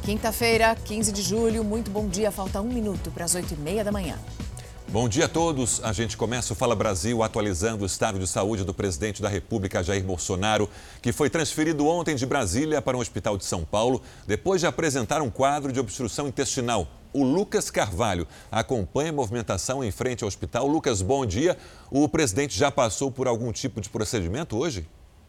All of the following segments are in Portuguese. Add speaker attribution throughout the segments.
Speaker 1: Quinta-feira, 15 de julho, muito bom dia. Falta 1 minuto para as 8h30 da manhã.
Speaker 2: Bom dia a todos. A gente começa o Fala Brasil atualizando o estado de saúde do presidente da República, Jair Bolsonaro, que foi transferido ontem de Brasília para um hospital de São Paulo, depois de apresentar um quadro de obstrução intestinal. O Lucas Carvalho acompanha a movimentação em frente ao hospital. Lucas, bom dia. O presidente já passou por algum tipo de procedimento hoje?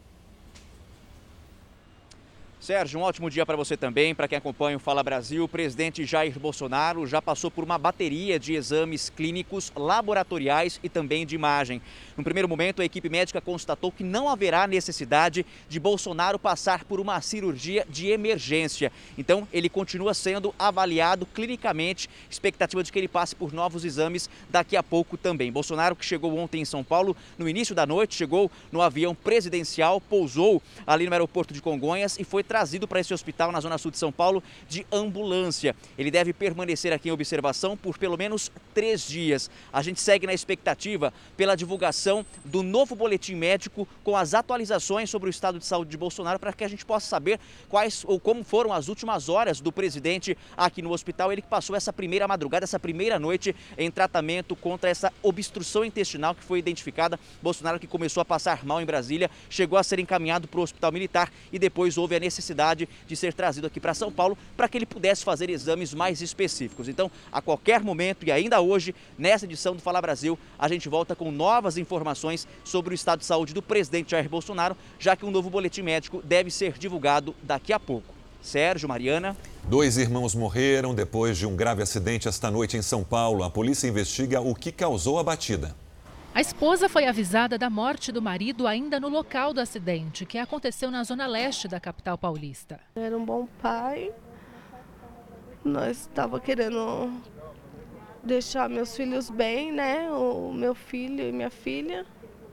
Speaker 3: Sérgio, um ótimo dia para você também, para quem acompanha o Fala Brasil. O presidente Jair Bolsonaro já passou por uma bateria de exames clínicos, laboratoriais e também de imagem. No primeiro momento, a equipe médica constatou que não haverá necessidade de Bolsonaro passar por uma cirurgia de emergência. Então, ele continua sendo avaliado clinicamente, expectativa de que ele passe por novos exames daqui a pouco também. Bolsonaro, que chegou ontem em São Paulo, no início da noite, chegou no avião presidencial, pousou ali no aeroporto de Congonhas e foi trazido para esse hospital na zona sul de São Paulo de ambulância. Ele deve permanecer aqui em observação por pelo menos 3 dias. A gente segue na expectativa pela divulgação do novo boletim médico com as atualizações sobre o estado de saúde de Bolsonaro, para que a gente possa saber quais ou como foram as últimas horas do presidente aqui no hospital. Ele que passou essa primeira madrugada, essa primeira noite em tratamento contra essa obstrução intestinal que foi identificada. Bolsonaro, que começou a passar mal em Brasília, chegou a ser encaminhado para o hospital militar e depois houve a necessidade de ser trazido aqui para São Paulo para que ele pudesse fazer exames mais específicos. Então, a qualquer momento e ainda hoje, nessa edição do Fala Brasil, a gente volta com novas informações sobre o estado de saúde do presidente Jair Bolsonaro, já que um novo boletim médico deve ser divulgado daqui a pouco. Sérgio, Mariana.
Speaker 2: 2 irmãos morreram depois de um grave acidente esta noite em São Paulo. A polícia investiga o que causou a batida.
Speaker 4: A esposa foi avisada da morte do marido ainda no local do acidente, que aconteceu na zona leste da capital paulista.
Speaker 5: Era um bom pai. Nós estávamos querendo deixar meus filhos bem, né? O meu filho e minha filha.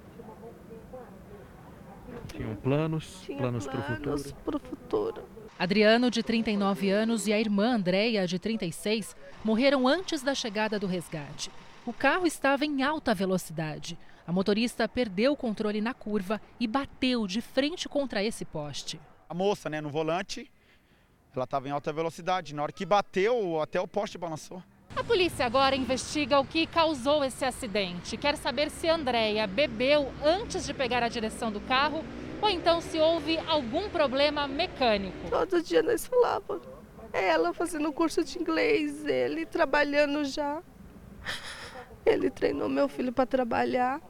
Speaker 6: Tinham planos para o futuro.
Speaker 4: Adriano, de 39 anos, e a irmã Andréia, de 36, morreram antes da chegada do resgate. O carro estava em alta velocidade. A motorista perdeu o controle na curva e bateu de frente contra esse poste.
Speaker 7: A moça, no volante, ela estava em alta velocidade. Na hora que bateu, até o poste balançou.
Speaker 4: A polícia agora investiga o que causou esse acidente. Quer saber se Andréia bebeu antes de pegar a direção do carro ou então se houve algum problema mecânico.
Speaker 5: Todo dia nós falávamos. Ela fazendo curso de inglês, ele trabalhando já. Ele treinou meu filho para trabalhar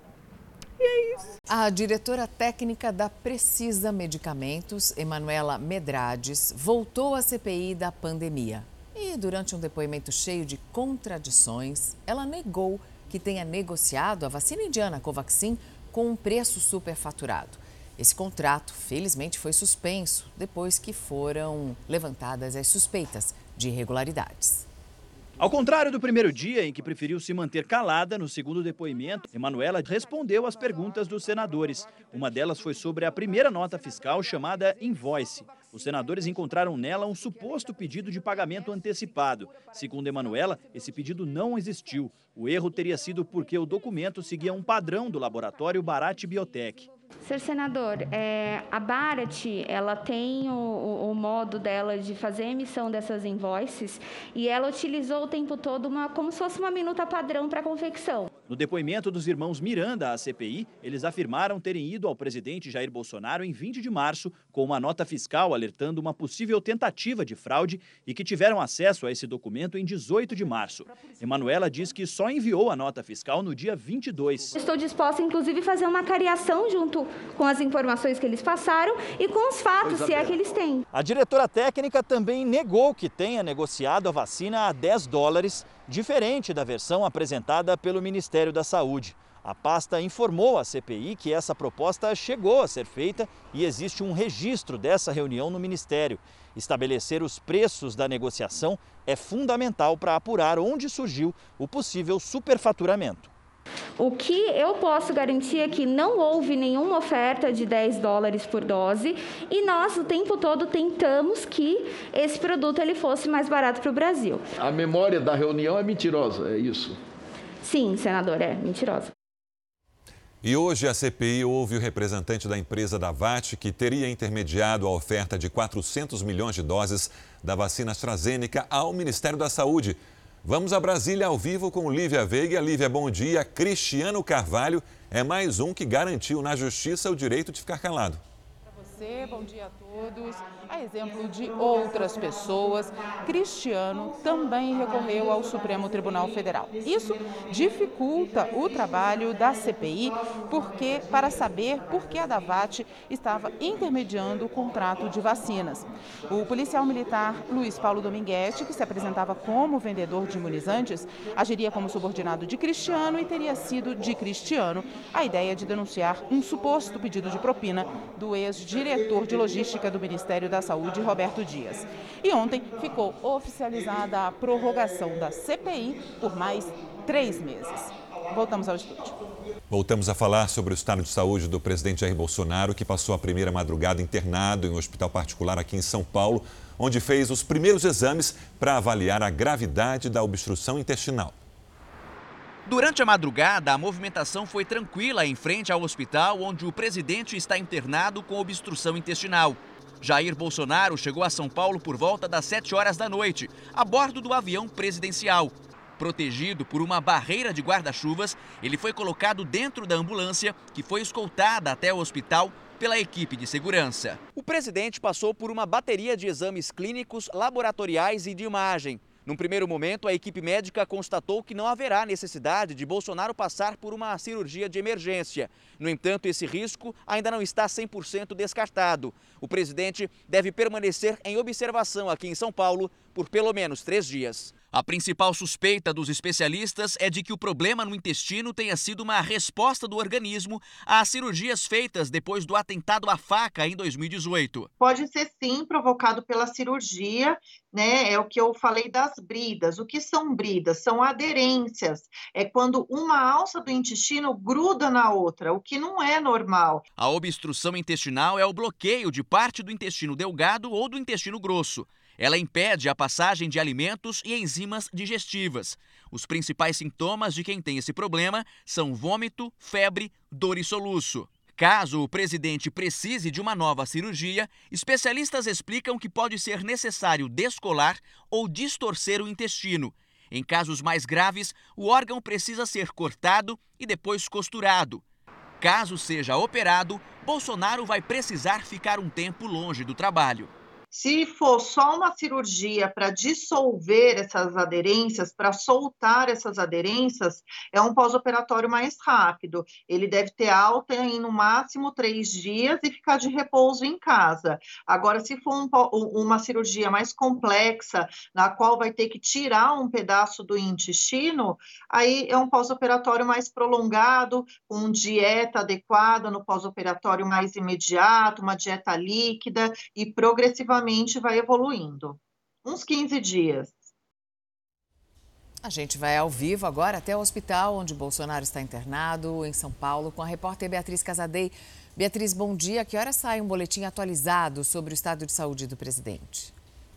Speaker 5: e é isso.
Speaker 1: A diretora técnica da Precisa Medicamentos, Emanuela Medrades, voltou à CPI da pandemia. E durante um depoimento cheio de contradições, ela negou que tenha negociado a vacina indiana Covaxin com um preço superfaturado. Esse contrato, felizmente, foi suspenso depois que foram levantadas as suspeitas de irregularidades.
Speaker 3: Ao contrário do primeiro dia, em que preferiu se manter calada, no segundo depoimento, Emanuela respondeu às perguntas dos senadores. Uma delas foi sobre a primeira nota fiscal, chamada Invoice. Os senadores encontraram nela um suposto pedido de pagamento antecipado. Segundo Emanuela, esse pedido não existiu. O erro teria sido porque o documento seguia um padrão do laboratório Bharat Biotech.
Speaker 8: Senhor senador, a Bharat, ela tem o modo dela de fazer a emissão dessas invoices e ela utilizou o tempo todo como se fosse uma minuta padrão para confecção.
Speaker 3: No depoimento dos irmãos Miranda à CPI, eles afirmaram terem ido ao presidente Jair Bolsonaro em 20 de março com uma nota fiscal alertando uma possível tentativa de fraude e que tiveram acesso a esse documento em 18 de março. Emanuela diz que só enviou a nota fiscal no dia 22.
Speaker 8: Estou disposta, inclusive, a fazer uma cariação junto com as informações que eles passaram e com os fatos, se é que eles têm.
Speaker 3: A diretora técnica também negou que tenha negociado a vacina a $10, diferente da versão apresentada pelo Ministério da Saúde. A pasta informou à CPI que essa proposta chegou a ser feita e existe um registro dessa reunião no Ministério. Estabelecer os preços da negociação é fundamental para apurar onde surgiu o possível superfaturamento.
Speaker 8: O que eu posso garantir é que não houve nenhuma oferta de $10 por dose e nós o tempo todo tentamos que esse produto ele fosse mais barato para o Brasil.
Speaker 9: A memória da reunião é mentirosa, é isso?
Speaker 8: Sim, senador, é mentirosa.
Speaker 2: E hoje a CPI ouve o representante da empresa Davat, que teria intermediado a oferta de 400 milhões de doses da vacina AstraZeneca ao Ministério da Saúde. Vamos a Brasília ao vivo com Lívia Veiga. Lívia, bom dia. Cristiano Carvalho é mais um que garantiu na justiça o direito de ficar calado.
Speaker 9: Bom dia a todos. A exemplo de outras pessoas, Cristiano também recorreu ao Supremo Tribunal Federal. Isso dificulta o trabalho da CPI, para saber por que a Davat estava intermediando o contrato de vacinas. O policial militar Luiz Paulo Dominguete, que se apresentava como vendedor de imunizantes, agiria como subordinado de Cristiano e teria sido de Cristiano a ideia de denunciar um suposto pedido de propina do ex-diretor de logística do Ministério da Saúde, Roberto Dias. E ontem ficou oficializada a prorrogação da CPI por mais 3 meses. Voltamos ao estúdio.
Speaker 2: Voltamos a falar sobre o estado de saúde do presidente Jair Bolsonaro, que passou a primeira madrugada internado em um hospital particular aqui em São Paulo, onde fez os primeiros exames para avaliar a gravidade da obstrução intestinal.
Speaker 3: Durante a madrugada, a movimentação foi tranquila em frente ao hospital onde o presidente está internado com obstrução intestinal. Jair Bolsonaro chegou a São Paulo por volta das 7 horas da noite, a bordo do avião presidencial. Protegido por uma barreira de guarda-chuvas, ele foi colocado dentro da ambulância, que foi escoltada até o hospital pela equipe de segurança. O presidente passou por uma bateria de exames clínicos, laboratoriais e de imagem. Num primeiro momento, a equipe médica constatou que não haverá necessidade de Bolsonaro passar por uma cirurgia de emergência. No entanto, esse risco ainda não está 100% descartado. O presidente deve permanecer em observação aqui em São Paulo por pelo menos 3 dias. A principal suspeita dos especialistas é de que o problema no intestino tenha sido uma resposta do organismo às cirurgias feitas depois do atentado à faca em 2018.
Speaker 10: Pode ser sim provocado pela cirurgia, né? É o que eu falei das bridas. O que são bridas? São aderências. É quando uma alça do intestino gruda na outra, o que não é normal.
Speaker 3: A obstrução intestinal é o bloqueio de parte do intestino delgado ou do intestino grosso. Ela impede a passagem de alimentos e enzimas digestivas. Os principais sintomas de quem tem esse problema são vômito, febre, dor e soluço. Caso o presidente precise de uma nova cirurgia, especialistas explicam que pode ser necessário descolar ou distorcer o intestino. Em casos mais graves, o órgão precisa ser cortado e depois costurado. Caso seja operado, Bolsonaro vai precisar ficar um tempo longe do trabalho.
Speaker 10: Se for só uma cirurgia para dissolver essas aderências, para soltar essas aderências, é um pós-operatório mais rápido. Ele deve ter alta em no máximo 3 dias e ficar de repouso em casa. Agora, se for uma cirurgia mais complexa, na qual vai ter que tirar um pedaço do intestino, aí é um pós-operatório mais prolongado, com dieta adequada no pós-operatório mais imediato, uma dieta líquida e progressivamente vai evoluindo. Uns 15 dias.
Speaker 1: A gente vai ao vivo agora até o hospital onde Bolsonaro está internado, em São Paulo, com a repórter Beatriz Casadei. Beatriz, bom dia. Que hora sai um boletim atualizado sobre o estado de saúde do presidente?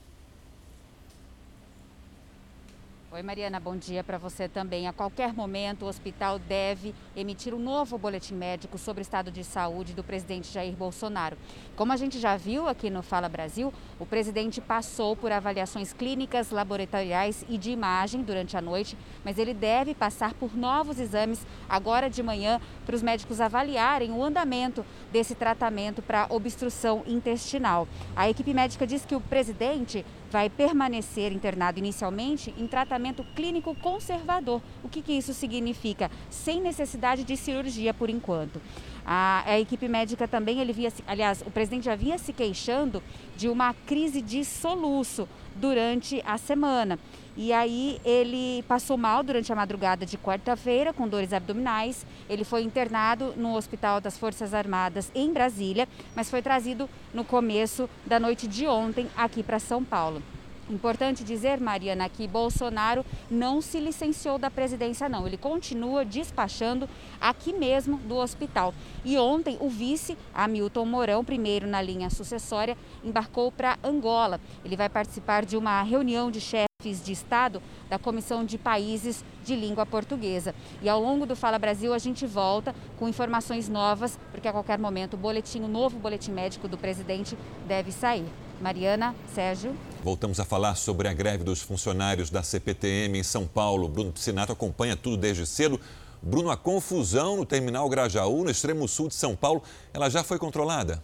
Speaker 11: Oi, Mariana, bom dia para você também. A qualquer momento, o hospital deve emitir um novo boletim médico sobre o estado de saúde do presidente Jair Bolsonaro. Como a gente já viu aqui no Fala Brasil, o presidente passou por avaliações clínicas, laboratoriais e de imagem durante a noite, mas ele deve passar por novos exames agora de manhã para os médicos avaliarem o andamento desse tratamento para obstrução intestinal. A equipe médica diz que o presidente vai permanecer internado inicialmente em tratamento clínico conservador. O que isso significa? Sem necessidade de cirurgia por enquanto. A equipe médica também, o presidente já vinha se queixando de uma crise de soluço durante a semana. E aí ele passou mal durante a madrugada de quarta-feira com dores abdominais. Ele foi internado no Hospital das Forças Armadas em Brasília, mas foi trazido no começo da noite de ontem aqui para São Paulo. Importante dizer, Mariana, que Bolsonaro não se licenciou da presidência, não. Ele continua despachando aqui mesmo do hospital. E ontem o vice, Hamilton Mourão, primeiro na linha sucessória, embarcou para Angola. Ele vai participar de uma reunião de chefes de Estado da Comissão de Países de Língua Portuguesa. E ao longo do Fala Brasil a gente volta com informações novas, porque a qualquer momento o novo boletim médico do presidente deve sair. Mariana, Sérgio.
Speaker 2: Voltamos a falar sobre a greve dos funcionários da CPTM em São Paulo. Bruno Piscinato acompanha tudo desde cedo. Bruno, a confusão no terminal Grajaú, no extremo sul de São Paulo, ela já foi controlada?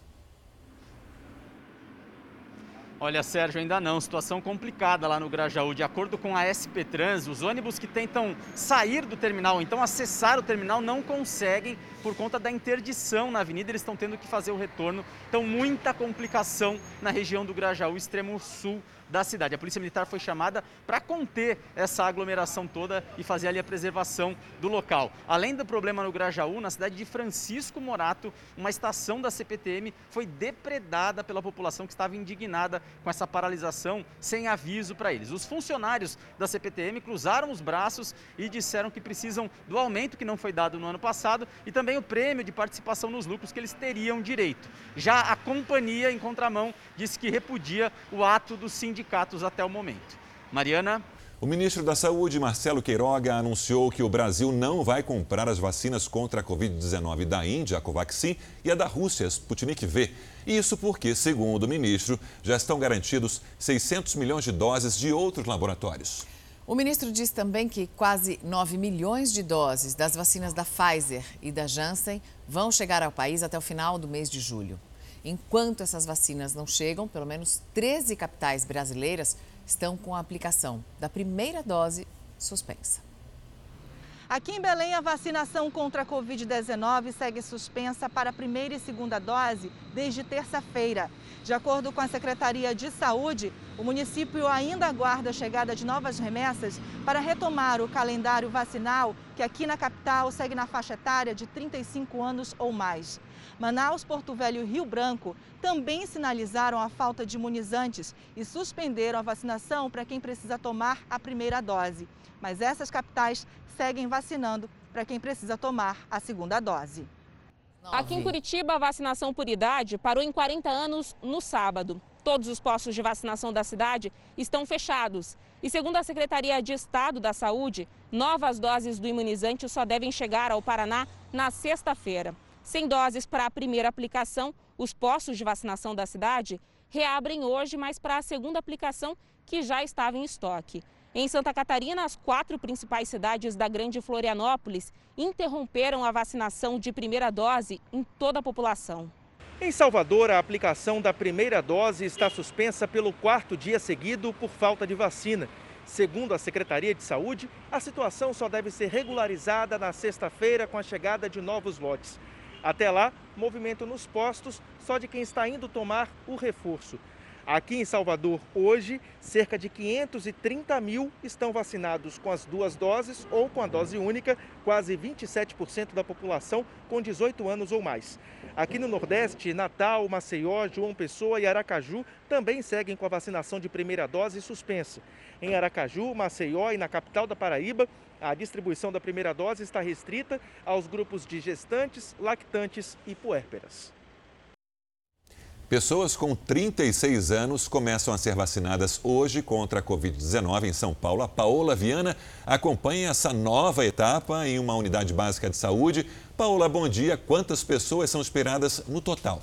Speaker 3: Olha, Sérgio, ainda não. Situação complicada lá no Grajaú. De acordo com a SP Trans, os ônibus que tentam sair do terminal, então acessar o terminal, não conseguem por conta da interdição na avenida. Eles estão tendo que fazer o retorno. Então, muita complicação na região do Grajaú, extremo sul da cidade. A Polícia Militar foi chamada para conter essa aglomeração toda e fazer ali a preservação do local. Além do problema no Grajaú, na cidade de Francisco Morato, uma estação da CPTM foi depredada pela população que estava indignada com essa paralisação sem aviso para eles. Os funcionários da CPTM cruzaram os braços e disseram que precisam do aumento que não foi dado no ano passado e também o prêmio de participação nos lucros que eles teriam direito. Já a companhia, em contramão, disse que repudia o ato dos sindicatos até o momento. Mariana.
Speaker 2: O ministro da Saúde, Marcelo Queiroga, anunciou que o Brasil não vai comprar as vacinas contra a Covid-19 da Índia, a Covaxin, e a da Rússia, a Sputnik V. Isso porque, segundo o ministro, já estão garantidos 600 milhões de doses de outros laboratórios.
Speaker 1: O ministro diz também que quase 9 milhões de doses das vacinas da Pfizer e da Janssen vão chegar ao país até o final do mês de julho. Enquanto essas vacinas não chegam, pelo menos 13 capitais brasileiras estão com a aplicação da primeira dose suspensa.
Speaker 12: Aqui em Belém, a vacinação contra a Covid-19 segue suspensa para a primeira e segunda dose desde terça-feira. De acordo com a Secretaria de Saúde, o município ainda aguarda a chegada de novas remessas para retomar o calendário vacinal, que aqui na capital segue na faixa etária de 35 anos ou mais. Manaus, Porto Velho e Rio Branco também sinalizaram a falta de imunizantes e suspenderam a vacinação para quem precisa tomar a primeira dose. Mas essas capitais seguem vacinando para quem precisa tomar a segunda dose.
Speaker 13: Aqui em Curitiba, a vacinação por idade parou em 40 anos no sábado. Todos os postos de vacinação da cidade estão fechados. E segundo a Secretaria de Estado da Saúde, novas doses do imunizante só devem chegar ao Paraná na sexta-feira. Sem doses para a primeira aplicação, os postos de vacinação da cidade reabrem hoje, mas para a segunda aplicação, que já estava em estoque. Em Santa Catarina, as 4 principais cidades da Grande Florianópolis interromperam a vacinação de primeira dose em toda a população.
Speaker 14: Em Salvador, a aplicação da primeira dose está suspensa pelo 4º dia seguido por falta de vacina. Segundo a Secretaria de Saúde, a situação só deve ser regularizada na sexta-feira com a chegada de novos lotes. Até lá, movimento nos postos só de quem está indo tomar o reforço. Aqui em Salvador, hoje, cerca de 530 mil estão vacinados com as 2 doses ou com a dose única, quase 27% da população com 18 anos ou mais. Aqui no Nordeste, Natal, Maceió, João Pessoa e Aracaju também seguem com a vacinação de primeira dose suspensa. Em Aracaju, Maceió e na capital da Paraíba, a distribuição da primeira dose está restrita aos grupos de gestantes, lactantes e puérperas.
Speaker 2: Pessoas com 36 anos começam a ser vacinadas hoje contra a Covid-19 em São Paulo. A Paola Viana acompanha essa nova etapa em uma unidade básica de saúde. Paola, bom dia. Quantas pessoas são esperadas no total?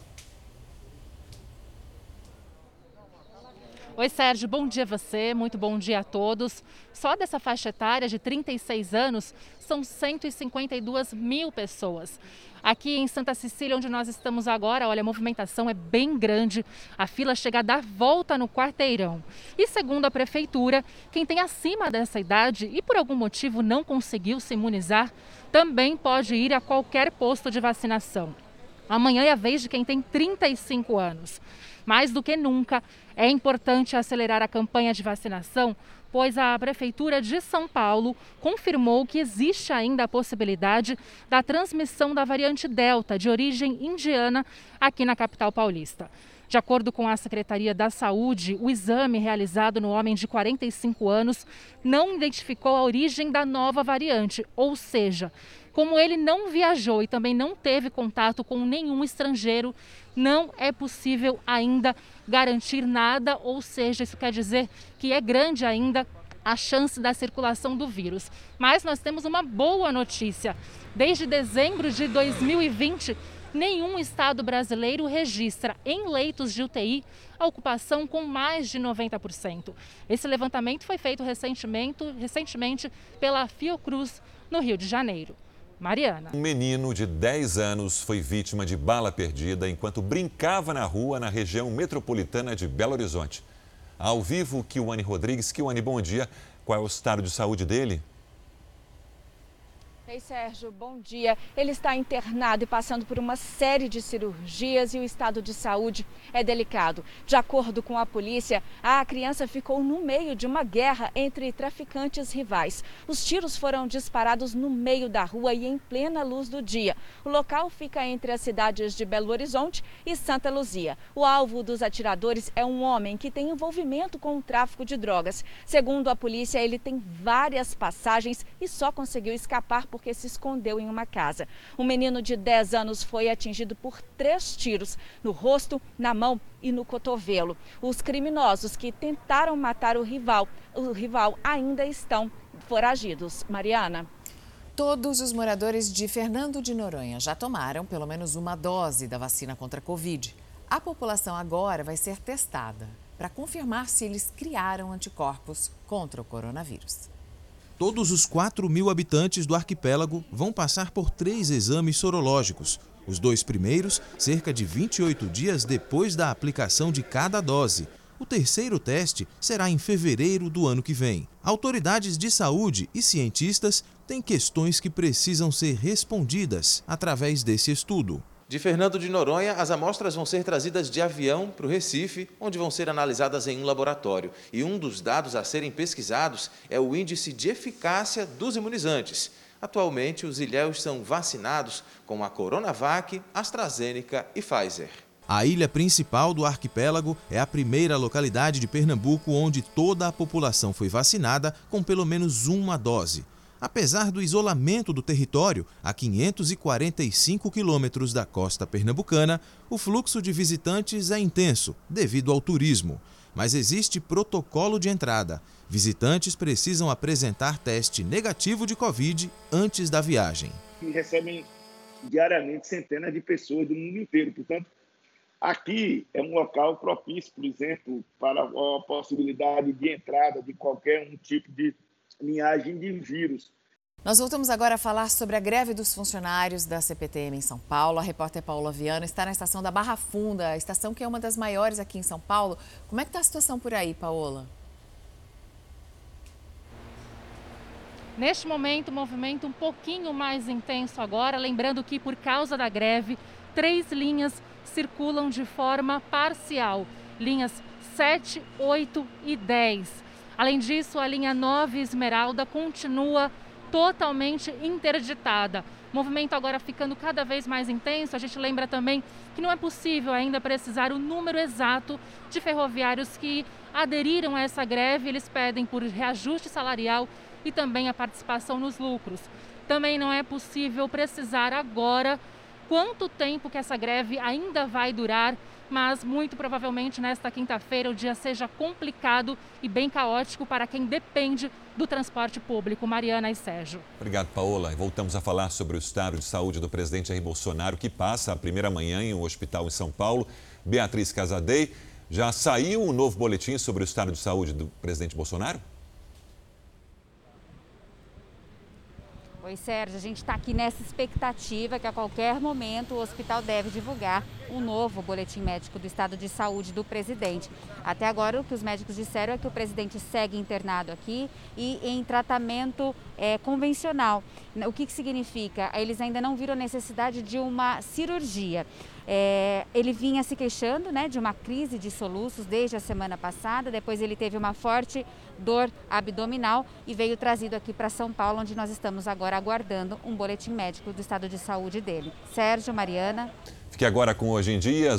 Speaker 4: Oi, Sérgio, bom dia a você, muito bom dia a todos. Só dessa faixa etária de 36 anos, são 152 mil pessoas. Aqui em Santa Cecília, onde nós estamos agora, olha, a movimentação é bem grande, a fila chega a dar volta no quarteirão. E segundo a prefeitura, quem tem acima dessa idade e por algum motivo não conseguiu se imunizar, também pode ir a qualquer posto de vacinação. Amanhã é a vez de quem tem 35 anos. Mais do que nunca, é importante acelerar a campanha de vacinação, pois a Prefeitura de São Paulo confirmou que existe ainda a possibilidade da transmissão da variante Delta, de origem indiana, aqui na capital paulista. De acordo com a Secretaria da Saúde, o exame realizado no homem de 45 anos não identificou a origem da nova variante, ou seja, como ele não viajou e também não teve contato com nenhum estrangeiro, não é possível ainda garantir nada, ou seja, isso quer dizer que é grande ainda a chance da circulação do vírus. Mas nós temos uma boa notícia. Desde dezembro de 2020, nenhum estado brasileiro registra em leitos de UTI a ocupação com mais de 90%. Esse levantamento foi feito recentemente pela Fiocruz, no Rio de Janeiro. Mariana.
Speaker 2: Um menino de 10 anos foi vítima de bala perdida enquanto brincava na rua na região metropolitana de Belo Horizonte. Ao vivo, Kiwane Rodrigues. Kiwane, bom dia. Qual é o estado de saúde dele?
Speaker 15: Ei, Sérgio, bom dia. Ele está internado e passando por uma série de cirurgias e o estado de saúde é delicado. De acordo com a polícia, a criança ficou no meio de uma guerra entre traficantes rivais. Os tiros foram disparados no meio da rua e em plena luz do dia. O local fica entre as cidades de Belo Horizonte e Santa Luzia. O alvo dos atiradores é um homem que tem envolvimento com o tráfico de drogas. Segundo a polícia, ele tem várias passagens e só conseguiu escapar porque se escondeu em uma casa. Um menino de 10 anos foi atingido por 3 tiros no rosto, na mão e no cotovelo. Os criminosos que tentaram matar o rival ainda estão foragidos. Mariana.
Speaker 1: Todos os moradores de Fernando de Noronha já tomaram pelo menos uma dose da vacina contra a Covid. A população agora vai ser testada para confirmar se eles criaram anticorpos contra o coronavírus.
Speaker 16: Todos os 4.000 habitantes do arquipélago vão passar por 3 exames sorológicos. Os 2 primeiros, cerca de 28 dias depois da aplicação de cada dose. O terceiro teste será em fevereiro do ano que vem. Autoridades de saúde e cientistas têm questões que precisam ser respondidas através desse estudo.
Speaker 17: De Fernando de Noronha, as amostras vão ser trazidas de avião para o Recife, onde vão ser analisadas em um laboratório. E um dos dados a serem pesquisados é o índice de eficácia dos imunizantes. Atualmente, os ilhéus são vacinados com a Coronavac, AstraZeneca e Pfizer.
Speaker 16: A ilha principal do arquipélago é a primeira localidade de Pernambuco onde toda a população foi vacinada com pelo menos uma dose. Apesar do isolamento do território, a 545 quilômetros da costa pernambucana, o fluxo de visitantes é intenso devido ao turismo. Mas existe protocolo de entrada. Visitantes precisam apresentar teste negativo de Covid antes da viagem.
Speaker 18: Recebem diariamente centenas de pessoas do mundo inteiro. Portanto, aqui é um local propício, por exemplo, para a possibilidade de entrada de qualquer um tipo de linhagem de vírus.
Speaker 1: Nós voltamos agora a falar sobre a greve dos funcionários da CPTM em São Paulo. A repórter Paola Viana está na estação da Barra Funda, a estação que é uma das maiores aqui em São Paulo. Como é que está a situação por aí, Paola?
Speaker 4: Neste momento, o movimento um pouquinho mais intenso agora. Lembrando que, por causa da greve, 3 linhas circulam de forma parcial. Linhas 7, 8 e 10. Além disso, a linha 9 Esmeralda continua totalmente interditada. O movimento agora ficando cada vez mais intenso. A gente lembra também que não é possível ainda precisar o número exato de ferroviários que aderiram a essa greve. Eles pedem por reajuste salarial e também a participação nos lucros. Também não é possível precisar agora quanto tempo que essa greve ainda vai durar, mas muito provavelmente nesta quinta-feira o dia seja complicado e bem caótico para quem depende do transporte público. Mariana e Sérgio.
Speaker 2: Obrigado, Paola. E voltamos a falar sobre o estado de saúde do presidente Jair Bolsonaro, que passa a primeira manhã em um hospital em São Paulo. Beatriz Casadei, já saiu um novo boletim sobre o estado de saúde do presidente Bolsonaro?
Speaker 11: Oi, Sérgio, a gente está aqui nessa expectativa que a qualquer momento o hospital deve divulgar um novo boletim médico do estado de saúde do presidente. Até agora, o que os médicos disseram é que o presidente segue internado aqui e em tratamento convencional. O que significa? Eles ainda não viram a necessidade de uma cirurgia. Ele vinha se queixando, de uma crise de soluços desde a semana passada, depois ele teve uma forte dor abdominal e veio trazido aqui para São Paulo, onde nós estamos agora aguardando um boletim médico do estado de saúde dele. Sérgio, Mariana.
Speaker 2: Fique agora com Hoje em Dia.